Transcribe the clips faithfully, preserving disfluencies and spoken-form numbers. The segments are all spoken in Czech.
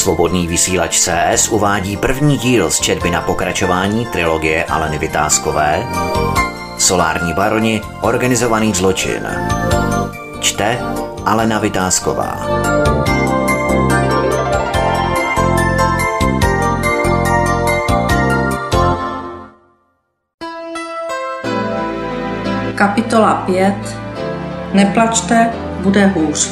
Svobodný vysílač C S uvádí první díl z četby na pokračování trilogie Aleny Vitáskové Solární baroni, organizovaný zločin. Čte Alena Vitásková. Kapitola pět. Neplačte, bude hůř.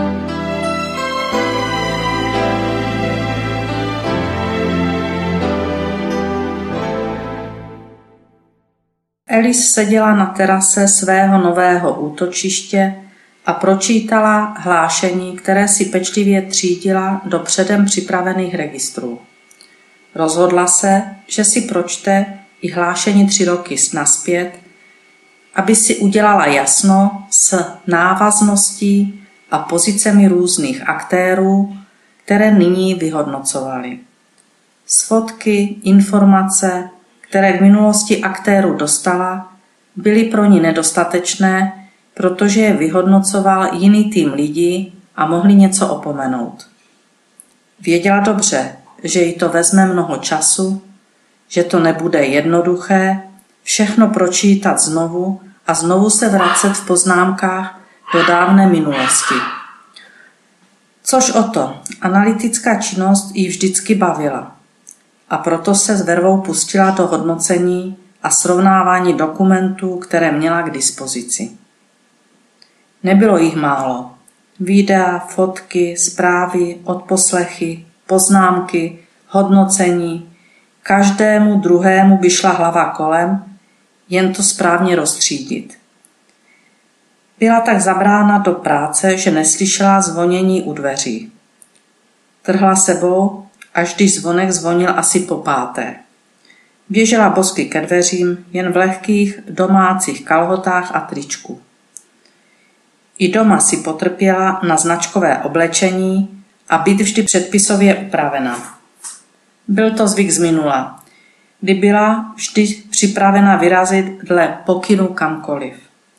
Alice seděla na terase svého nového útočiště a pročítala hlášení, které si pečlivě třídila do předem připravených registrů. Rozhodla se, že si pročte i hlášení tři roky nazpět, aby si udělala jasno s návazností a pozicemi různých aktérů, které nyní vyhodnocovali. Svodky, informace, které v minulosti aktérů dostala, byly pro ní nedostatečné, protože je vyhodnocoval jiný tým lidí a mohli něco opomenout. Věděla dobře, že jí to vezme mnoho času, že to nebude jednoduché všechno pročítat znovu a znovu se vracet v poznámkách do dávné minulosti. Což o to, analytická činnost jí vždycky bavila. A proto se s vervou pustila do hodnocení a srovnávání dokumentů, které měla k dispozici. Nebylo jich málo. Videa, fotky, zprávy, odposlechy, poznámky, hodnocení. Každému druhému by šla hlava kolem, jen to správně rozstřídit. Byla tak zabrána do práce, že neslyšela zvonění u dveří. Trhla sebou, až když zvonek zvonil asi po páté. Běžela bosky ke dveřím, jen v lehkých domácích kalhotách a tričku. I doma si potrpěla na značkové oblečení a být vždy předpisově upravena. Byl to zvyk z minula, kdy byla vždy připravena vyrazit dle pokynu kamkoliv.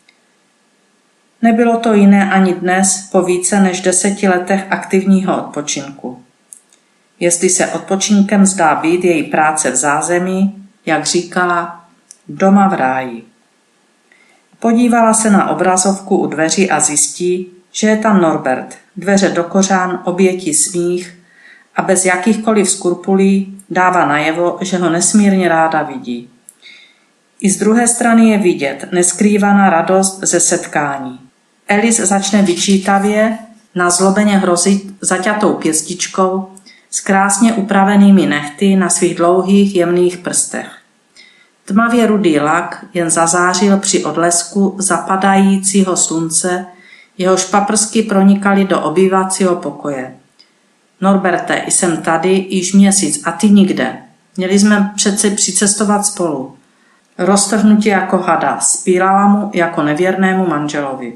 Nebylo to jiné ani dnes po více než deseti letech aktivního odpočinku. Jestli se odpočinkem zdá být její práce v zázemí, jak říkala, doma v ráji. Podívala se na obrazovku u dveří a zjistí, že je tam Norbert, dveře do kořán, oběti smích a bez jakýchkoliv skrupulí dává najevo, že ho nesmírně ráda vidí. I z druhé strany je vidět neskrývaná radost ze setkání. Alice začne vyčítavě, nazlobeně hrozit zaťatou pěstičkou s krásně upravenými nehty na svých dlouhých jemných prstech. Tmavě rudý lak jen zazářil při odlesku zapadajícího slunce, jehož paprsky pronikaly do obývacího pokoje. Norberte, jsem tady již měsíc a ty nikde. Měli jsme přece přicestovat spolu. Roztrhnutí jako hada, spírala mu jako nevěrnému manželovi.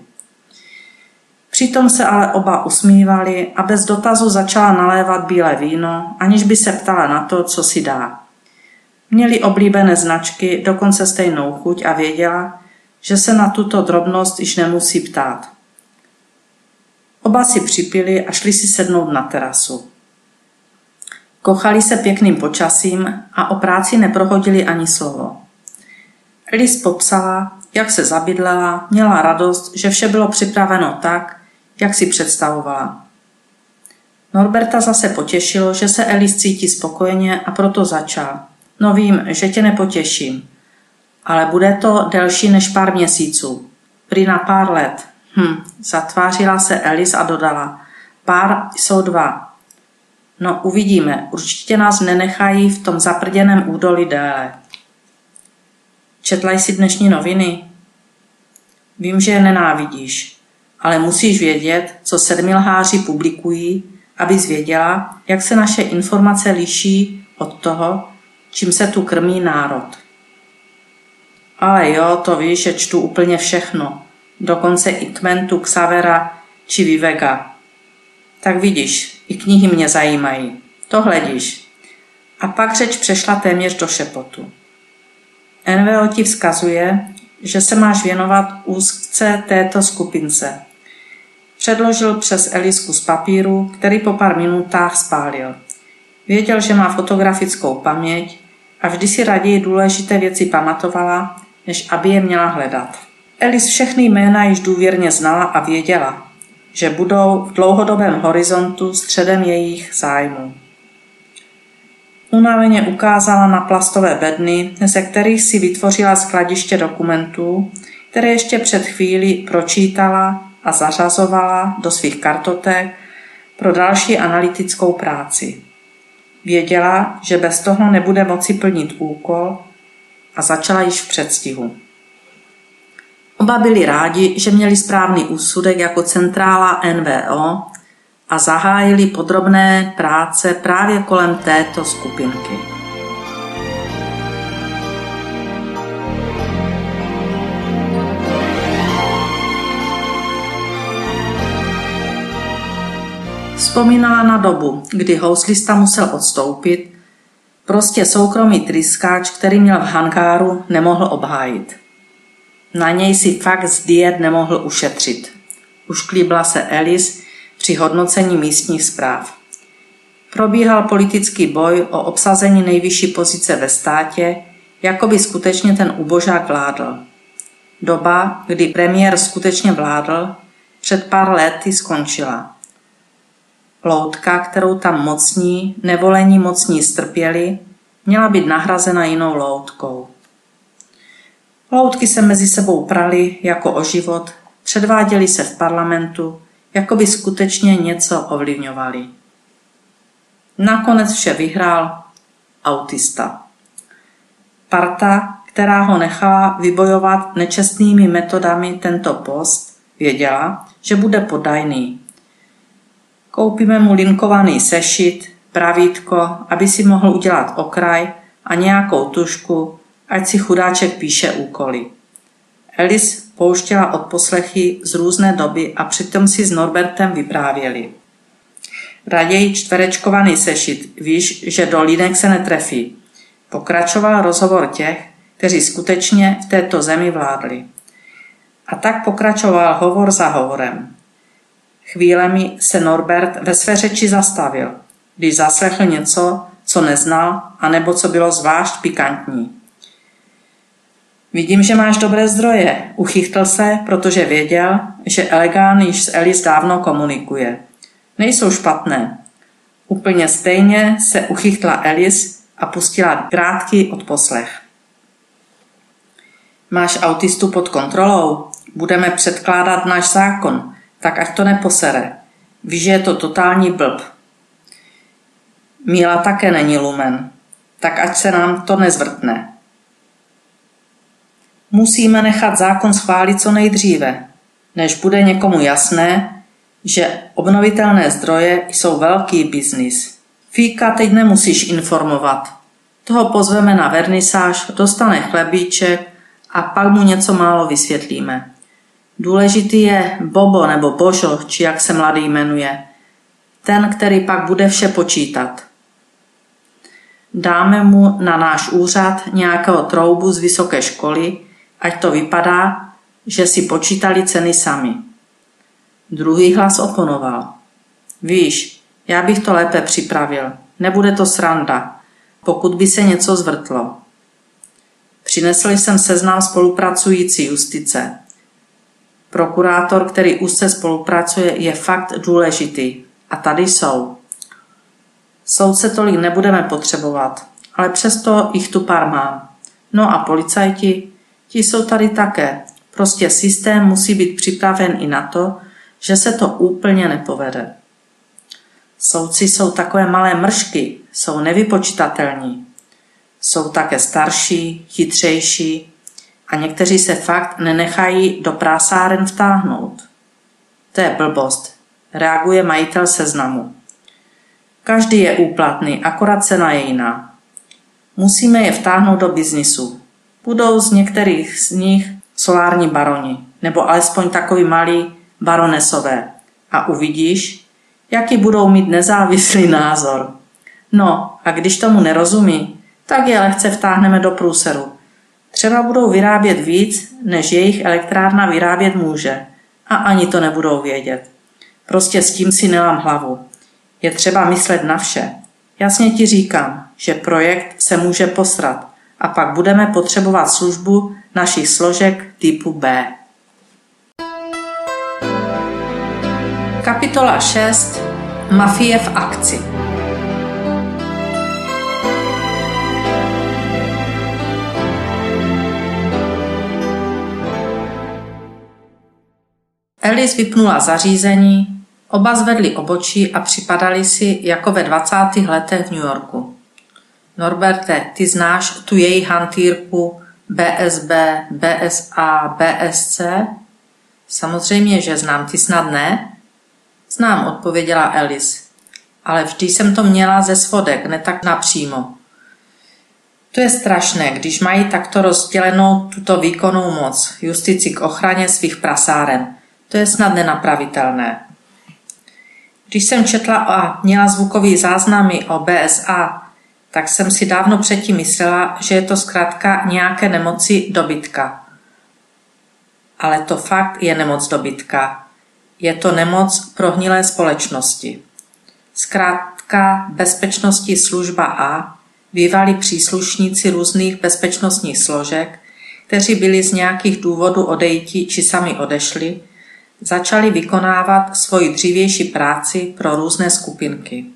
Přitom se ale oba usmívali a bez dotazu začala nalévat bílé víno, aniž by se ptala na to, co si dá. Měli oblíbené značky, dokonce stejnou chuť a věděla, že se na tuto drobnost již nemusí ptát. Oba si připili a šli si sednout na terasu. Kochali se pěkným počasím a o práci neprohodili ani slovo. Alice popsala, jak se zabydlela, měla radost, že vše bylo připraveno tak, jak si představovala. Norberta zase potěšilo, že se Alice cítí spokojeně a proto začal. No vím, že tě nepotěším, ale bude to delší než pár měsíců. Prý na pár let. Hm, zatvářila se Alice a dodala. Pár jsou dva. No uvidíme, určitě nás nenechají v tom zaprděném údolí déle. Četla jsi dnešní noviny? Vím, že je nenávidíš, ale musíš vědět, co sedmilháři publikují, abys věděla, jak se naše informace liší od toho, čím se tu krmí národ. Ale jo, to víš, že čtu úplně všechno, dokonce i Kmentu, Xavera či Viveka. Tak vidíš, i knihy mě zajímají. To hledíš. A pak řeč přešla téměř do šepotu. N V O ti vzkazuje, že se máš věnovat úzce této skupince. Předložil přes Alice kus papíru, který po pár minutách spálil. Věděl, že má fotografickou paměť a vždy si raději důležité věci pamatovala, než aby je měla hledat. Alice všechny jména již důvěrně znala a věděla, že budou v dlouhodobém horizontu středem jejich zájmu. Unaveně ukázala na plastové bedny, ze kterých si vytvořila skladiště dokumentů, které ještě před chvílí pročítala a zařazovala do svých kartotek pro další analytickou práci. Věděla, že bez toho nebude moci plnit úkol a začala již v předstihu. Oba byli rádi, že měli správný úsudek jako centrála N V O a zahájili podrobné práce právě kolem této skupinky. Vzpomínala na dobu, kdy houslista musel odstoupit, prostě soukromý tryskáč, který měl v hangáru, nemohl obhájit. Na něj si fakt z diet nemohl ušetřit. Ušklíbla se Alice při hodnocení místních správ. Probíhal politický boj o obsazení nejvyšší pozice ve státě, jako by skutečně ten ubožák vládl. Doba, kdy premiér skutečně vládl, před pár lety skončila. Loutka, kterou tam mocní, nevolení mocní strpěli, měla být nahrazena jinou loutkou. Loutky se mezi sebou praly jako o život, předváděly se v parlamentu, jako by skutečně něco ovlivňovali. Nakonec vše vyhrál autista. Parta, která ho nechala vybojovat nečestnými metodami tento post, věděla, že bude podajný. Koupíme mu linkovaný sešit, pravítko, aby si mohl udělat okraj a nějakou tužku, ať si chudáček píše úkoly. Alice pouštěla odposlechy z různé doby a přitom si s Norbertem vyprávěli. Raději čtverečkovaný sešit, víš, že do línek se netrefí. Pokračoval rozhovor těch, kteří skutečně v této zemi vládli. A tak pokračoval hovor za hovorem. Chvílemi se Norbert ve své řeči zastavil, když zaslechl něco, co neznal, anebo co bylo zvlášť pikantní. Vidím, že máš dobré zdroje, uchychtl se, protože věděl, že Elegán již s Alice dávno komunikuje. Nejsou špatné. Úplně stejně se uchychtla Alice a pustila krátký odposlech. Máš autistu pod kontrolou? Budeme předkládat náš zákon, tak ať to neposere. Víš, že je to totální blb. Míla také není lumen, tak ať se nám to nezvrtne. Musíme nechat zákon schválit co nejdříve, než bude někomu jasné, že obnovitelné zdroje jsou velký biznis. Fíka teď nemusíš informovat. Toho pozveme na vernisáž, dostane chlebíček a pak mu něco málo vysvětlíme. Důležitý je Bobo nebo Božo, či jak se mladý jmenuje. Ten, který pak bude vše počítat. Dáme mu na náš úřad nějakého troubu z vysoké školy, ať to vypadá, že si počítali ceny sami. Druhý hlas oponoval. Víš, já bych to lépe připravil. Nebude to sranda, pokud by se něco zvrtlo. Přinesl jsem seznam spolupracující justice. Prokurátor, který úzce spolupracuje, je fakt důležitý. A tady jsou. Soudce tolik nebudeme potřebovat, ale přesto jich tu pár mám. No a policajti, ti jsou tady také. Prostě systém musí být připraven i na to, že se to úplně nepovede. Soudci jsou takové malé mršky, jsou nevypočitatelní. Jsou také starší, chytřejší a někteří se fakt nenechají do prásáren vtáhnout. To je blbost, reaguje majitel seznamu. Každý je úplatný, akorát cena je jiná. Musíme je vtáhnout do biznisu. Budou z některých z nich solární baroni, nebo alespoň takový malí baronesové. A uvidíš, jaký budou mít nezávislý názor. No, a když tomu nerozumí, tak je lehce vtáhneme do průseru. Třeba budou vyrábět víc, než jejich elektrárna vyrábět může. A ani to nebudou vědět. Prostě s tím si nelám hlavu. Je třeba myslet na vše. Jasně ti říkám, že projekt se může posrat a pak budeme potřebovat službu našich složek typu B. Kapitola šest. Mafie v akci. Alice vypnula zařízení, oba zvedli obočí a připadali si jako ve dvacátých letech v New Yorku. Norberte, ty znáš tu její hantýrku B S B, B S A, B S C? Samozřejmě, že znám, ty snad ne? Znám, odpověděla Alice, ale vždy jsem to měla ze svodek, ne tak napřímo. To je strašné, když mají takto rozdělenou tuto výkonnou moc, justici k ochraně svých prasáren. To je snad nenapravitelné. Když jsem četla a měla zvukový záznamy o B S A, tak jsem si dávno předtím myslela, že je to zkrátka nějaké nemoci dobytka. Ale to fakt je nemoc dobytka. Je to nemoc prohnilé společnosti. Zkrátka bezpečnostní služba A, bývalí příslušníci různých bezpečnostních složek, kteří byli z nějakých důvodů odejti či sami odešli, začali vykonávat svoji dřívější práci pro různé skupinky.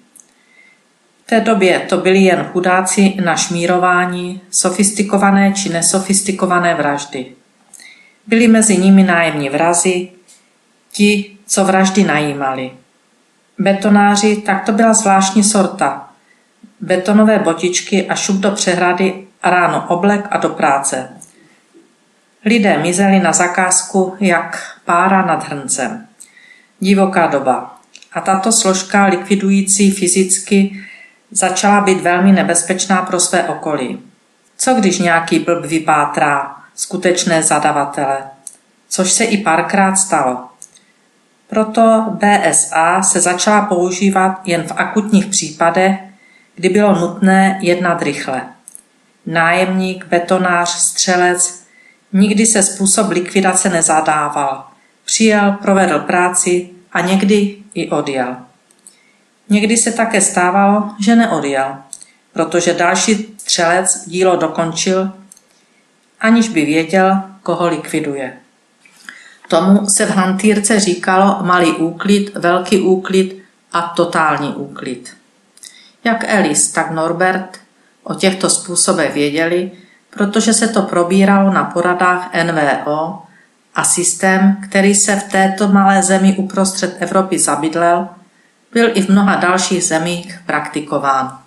V té době to byli jen chudáci na šmírování, sofistikované či nesofistikované vraždy. Byli mezi nimi nájemní vrazi, ti, co vraždy najímali. Betonáři, tak to byla zvláštní sorta. Betonové botičky a šup do přehrady a ráno oblek a do práce. Lidé mizeli na zakázku jak pára nad hrncem. Divoká doba. A tato složka likvidující fyzicky začala být velmi nebezpečná pro své okolí. Co když nějaký blb vypátrá skutečné zadavatele? Což se i párkrát stalo. Proto B S A se začala používat jen v akutních případech, kdy bylo nutné jednat rychle. Nájemník, betonář, střelec, nikdy se způsob likvidace nezadával. Přijel, provedl práci a někdy i odjel. Někdy se také stávalo, že neodjel, protože další střelec dílo dokončil, aniž by věděl, koho likviduje. Tomu se v hantýrce říkalo malý úklid, velký úklid a totální úklid. Jak Alice, tak Norbert o těchto způsobech věděli, protože se to probíralo na poradách N V O a systém, který se v této malé zemi uprostřed Evropy zabydlel, byl i v mnoha dalších zemích praktikován.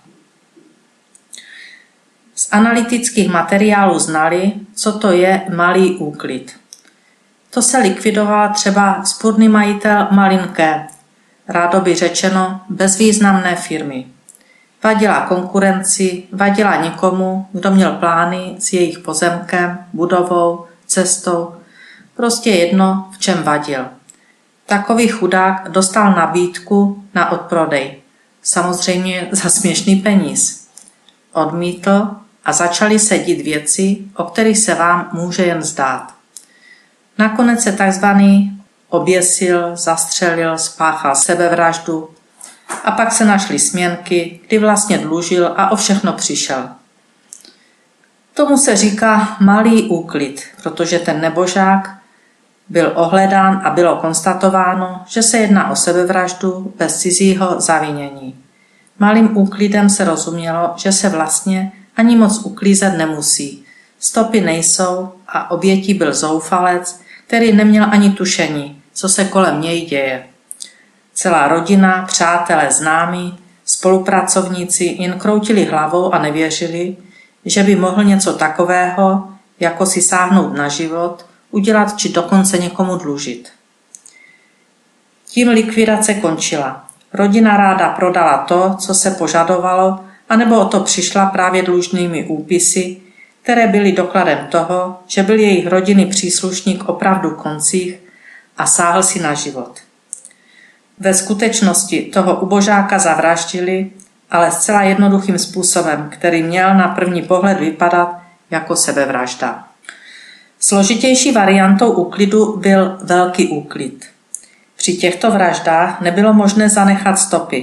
Z analytických materiálů znali, co to je malý úklid. To se likvidoval třeba vzpurný majitel malinké, rádoby řečeno bezvýznamné firmy. Vadila konkurenci, vadila někomu, kdo měl plány s jejich pozemkem, budovou, cestou, prostě jedno, v čem vadil. Takový chudák dostal nabídku na odprodej, samozřejmě za směšný peníz. Odmítl a začaly se dít věci, o kterých se vám může jen zdát. Nakonec se takzvaný oběsil, zastřelil, spáchal sebevraždu a pak se našly směnky, kdy vlastně dlužil a o všechno přišel. Tomu se říká malý úklid, protože ten nebožák byl ohledán a bylo konstatováno, že se jedná o sebevraždu bez cizího zavinění. Malým úklidem se rozumělo, že se vlastně ani moc uklízet nemusí. Stopy nejsou a obětí byl zoufalec, který neměl ani tušení, co se kolem něj děje. Celá rodina, přátelé, známí, spolupracovníci jen kroutili hlavou a nevěřili, že by mohl něco takového, jako si sáhnout na život, udělat či dokonce někomu dlužit. Tím likvidace končila. Rodina ráda prodala to, co se požadovalo, anebo o to přišla právě dlužnými úpisy, které byly dokladem toho, že byl jejich rodinný příslušník opravdu v koncích a sáhl si na život. Ve skutečnosti toho ubožáka zavraždili, ale zcela jednoduchým způsobem, který měl na první pohled vypadat jako sebevražda. Složitější variantou úklidu byl velký úklid. Při těchto vraždách nebylo možné zanechat stopy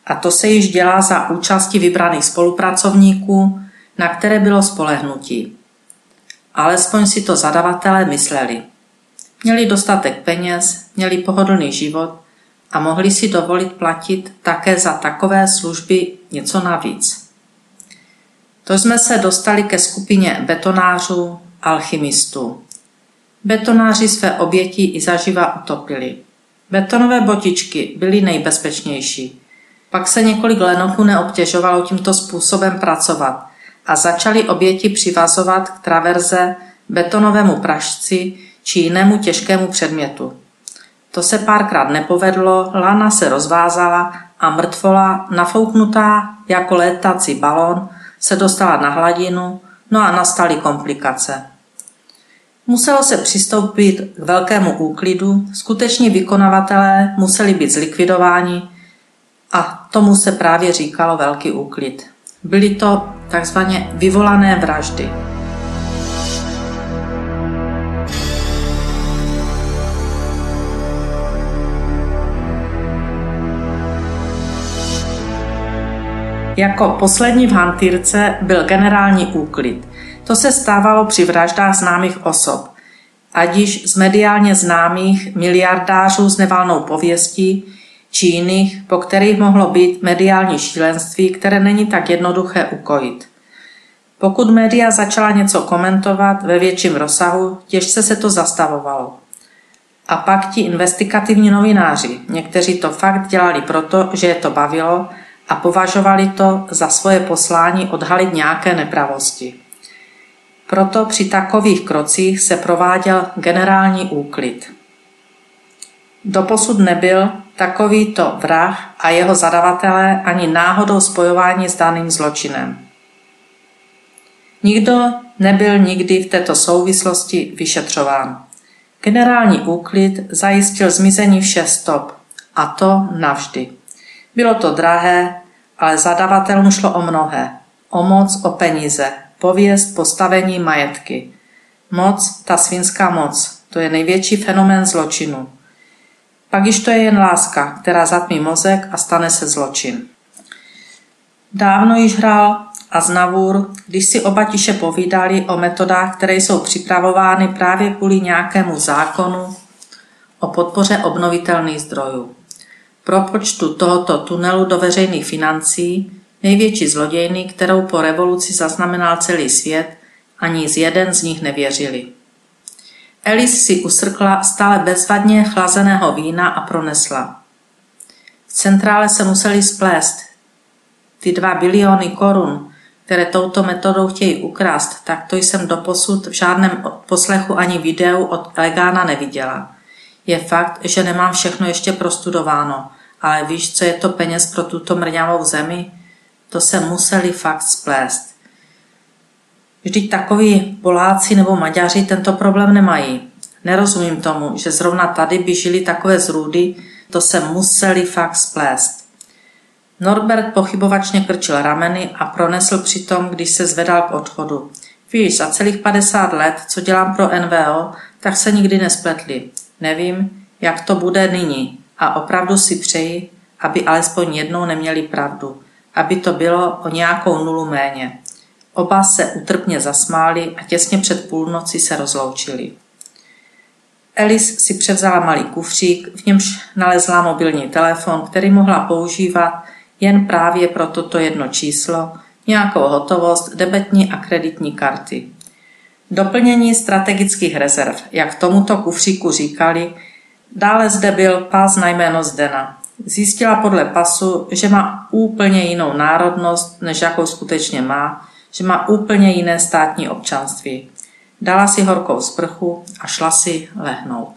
A to se již dělá za účasti vybraných spolupracovníků, na které bylo spolehnutí. Alespoň si to zadavatelé mysleli. Měli dostatek peněz, měli pohodlný život a mohli si dovolit platit také za takové služby něco navíc. To jsme se dostali ke skupině betonářů, alchymistů. Betonáři své oběti i zaživa utopili. Betonové botičky byly nejbezpečnější. Pak se několik lenochů neobtěžovalo tímto způsobem pracovat a začali oběti přivazovat k traverze, betonovému prašci či jinému těžkému předmětu. To se párkrát nepovedlo, lána se rozvázala a mrtvola, nafouknutá jako létací balón, se dostala na hladinu, no a nastaly komplikace. Muselo se přistoupit k velkému úklidu, skuteční vykonavatelé museli být zlikvidováni a tomu se právě říkalo velký úklid. Byly to takzvaně vyvolané vraždy. Jako poslední v hantýrce byl generální úklid. To se stávalo při vraždách známých osob, ať již z mediálně známých miliardářů s nevalnou pověstí, či jiných, po kterých mohlo být mediální šílenství, které není tak jednoduché ukojit. Pokud média začala něco komentovat ve větším rozsahu, těžce se to zastavovalo. A pak ti investigativní novináři, někteří to fakt dělali proto, že je to bavilo a považovali to za svoje poslání odhalit nějaké nepravosti. Proto při takových krocích se prováděl generální úklid. Doposud nebyl takovýto vrah a jeho zadavatelé ani náhodou spojování s daným zločinem. Nikdo nebyl nikdy v této souvislosti vyšetřován. Generální úklid zajistil zmizení všech stop, a to navždy. Bylo to drahé, ale zadavatelům šlo o mnohé. O moc, o peníze, pověst, postavení, majetky. Moc, ta svinská moc, to je největší fenomén zločinu. Pak již to je jen láska, která zatmí mozek a stane se zločin. Dávno již hrál Aznavour, když si oba tiše povídali o metodách, které jsou připravovány právě kvůli nějakému zákonu o podpoře obnovitelných zdrojů. Pro počtu tohoto tunelu do veřejných financí, největší zlodějny, kterou po revoluci zaznamenal celý svět, ani z jeden z nich nevěřili. Alice si usrkla stále bezvadně chlazeného vína a pronesla. V centrále se museli splést. Ty dva biliony korun, které touto metodou chtějí ukrást, tak to jsem doposud v žádném poslechu ani videu od Egána neviděla. Je fakt, že nemám všechno ještě prostudováno, ale víš, co je to peněz pro tuto mrňavou zemi? To se museli fakt splést. Vždyť takoví Poláci nebo Maďaři tento problém nemají. Nerozumím tomu, že zrovna tady by žili takové zrůdy, to se museli fakt splést. Norbert pochybovačně krčil rameny a pronesl přitom, když se zvedal k odchodu. Víš, za celých padesát let, co dělám pro N V O, tak se nikdy nespletli. Nevím, jak to bude nyní a opravdu si přeji, aby alespoň jednou neměli pravdu, aby to bylo o nějakou nulu méně. Oba se utrpně zasmáli a těsně před půlnoci se rozloučili. Alice si převzala malý kufřík, v němž nalezla mobilní telefon, který mohla používat jen právě pro toto jedno číslo, nějakou hotovost, debetní a kreditní karty. Doplnění strategických rezerv, jak tomuto kufříku říkali, dále zde byl pas na jméno Zdena. Zjistila podle pasu, že má úplně jinou národnost, než jakou skutečně má, že má úplně jiné státní občanství. Dala si horkou sprchu a šla si lehnout.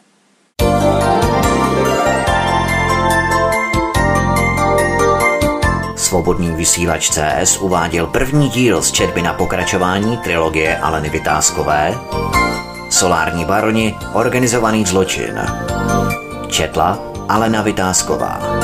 Svobodný vysílač C S uváděl první díl z četby na pokračování trilogie Aleny Vytázkové Solární baroni, organizovaný zločin. Četla Alena Vytázková.